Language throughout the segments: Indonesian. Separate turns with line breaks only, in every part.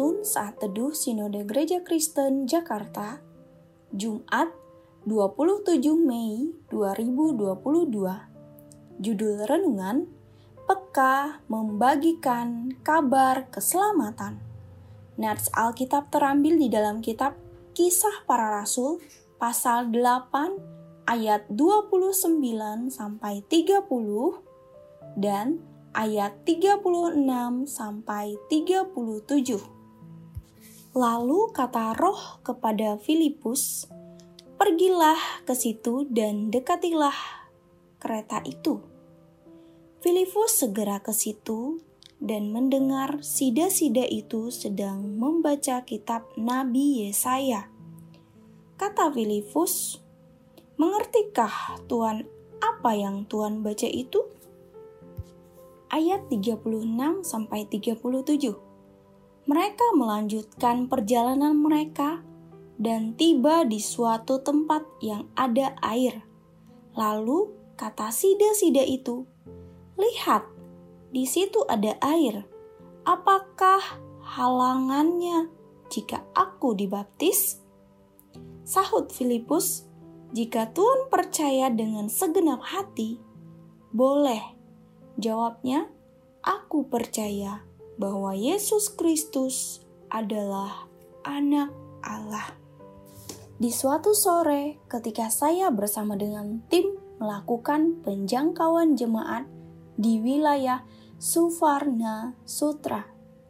Penuntun Saat Teduh Sinode Gereja Kristen Jakarta, Jumat 27 Mei 2022. Judul renungan, Peka Membagikan Kabar Keselamatan. Nats Alkitab terambil di dalam kitab Kisah Para Rasul pasal 8 ayat 29 sampai 30 dan ayat 36 sampai 37. Lalu kata Roh kepada Filipus, "Pergilah ke situ dan dekatilah kereta itu." Filipus segera ke situ dan mendengar sida-sida itu sedang membaca kitab Nabi Yesaya. Kata Filipus, "Mengertikah Tuhan apa yang Tuhan baca itu?" Ayat 36 sampai 37. Mereka melanjutkan perjalanan mereka dan tiba di suatu tempat yang ada air. Lalu kata sida-sida itu, "Lihat, di situ ada air. Apakah halangannya jika aku dibaptis?" Sahut Filipus, "Jika Tuhan percaya dengan segenap hati, boleh." Jawabnya, "Aku percaya bahwa Yesus Kristus adalah Anak Allah." Di suatu sore, ketika saya bersama dengan tim melakukan penjangkauan jemaat di wilayah Suvarna Sutra,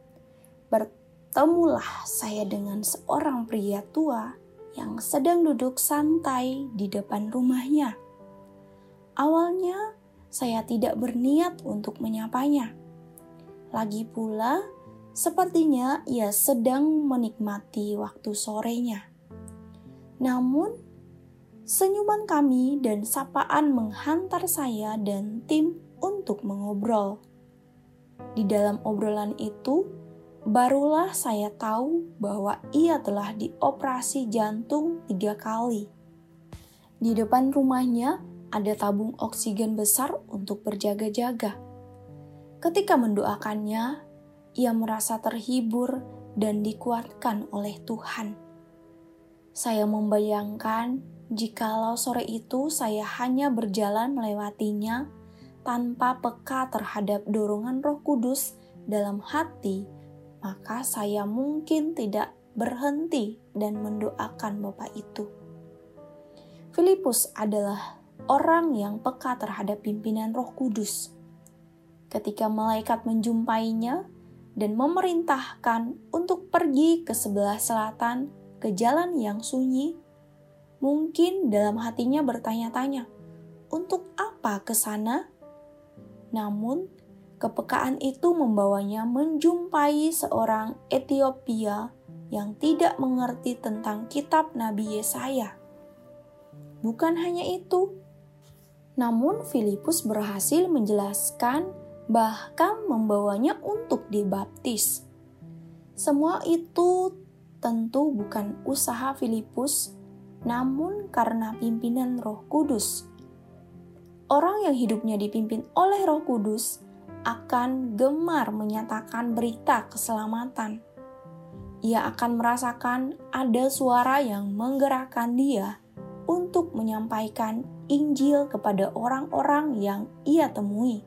bertemulah saya dengan seorang pria tua yang sedang duduk santai di depan rumahnya. Awalnya, saya tidak berniat untuk menyapanya. Lagi pula, sepertinya ia sedang menikmati waktu sorenya. Namun, senyuman kami dan sapaan menghantar saya dan tim untuk mengobrol. Di dalam obrolan itu, barulah saya tahu bahwa ia telah dioperasi jantung 3 kali. Di depan rumahnya, ada tabung oksigen besar untuk berjaga-jaga. Ketika mendoakannya, ia merasa terhibur dan dikuatkan oleh Tuhan. Saya membayangkan jikalau sore itu saya hanya berjalan melewatinya tanpa peka terhadap dorongan Roh Kudus dalam hati, maka saya mungkin tidak berhenti dan mendoakan Bapak itu. Filipus adalah orang yang peka terhadap pimpinan Roh Kudus. Ketika malaikat menjumpainya dan memerintahkan untuk pergi ke sebelah selatan ke jalan yang sunyi, mungkin dalam hatinya bertanya-tanya, "Untuk apa ke sana?" Namun, kepekaan itu membawanya menjumpai seorang Etiopia yang tidak mengerti tentang kitab Nabi Yesaya. Bukan hanya itu, namun Filipus berhasil menjelaskan, bahkan membawanya untuk dibaptis. Semua itu tentu bukan usaha Filipus, namun karena pimpinan Roh Kudus. Orang yang hidupnya dipimpin oleh Roh Kudus akan gemar menyatakan berita keselamatan. Ia akan merasakan ada suara yang menggerakkan dia untuk menyampaikan Injil kepada orang-orang yang ia temui.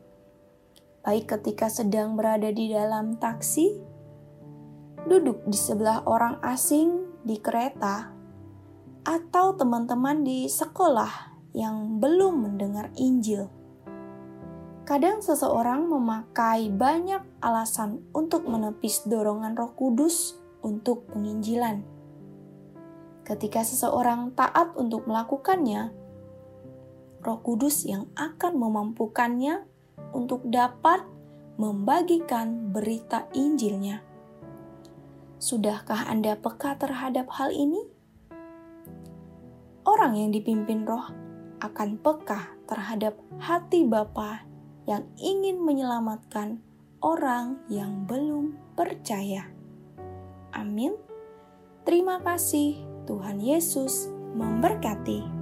Baik ketika sedang berada di dalam taksi, duduk di sebelah orang asing di kereta, atau teman-teman di sekolah yang belum mendengar Injil. Kadang seseorang memakai banyak alasan untuk menepis dorongan Roh Kudus untuk penginjilan. Ketika seseorang taat untuk melakukannya, Roh Kudus yang akan memampukannya untuk dapat membagikan berita Injilnya. Sudahkah Anda peka terhadap hal ini? Orang yang dipimpin Roh akan peka terhadap hati Bapa yang ingin menyelamatkan orang yang belum percaya. Amin. Terima kasih. Tuhan Yesus memberkati.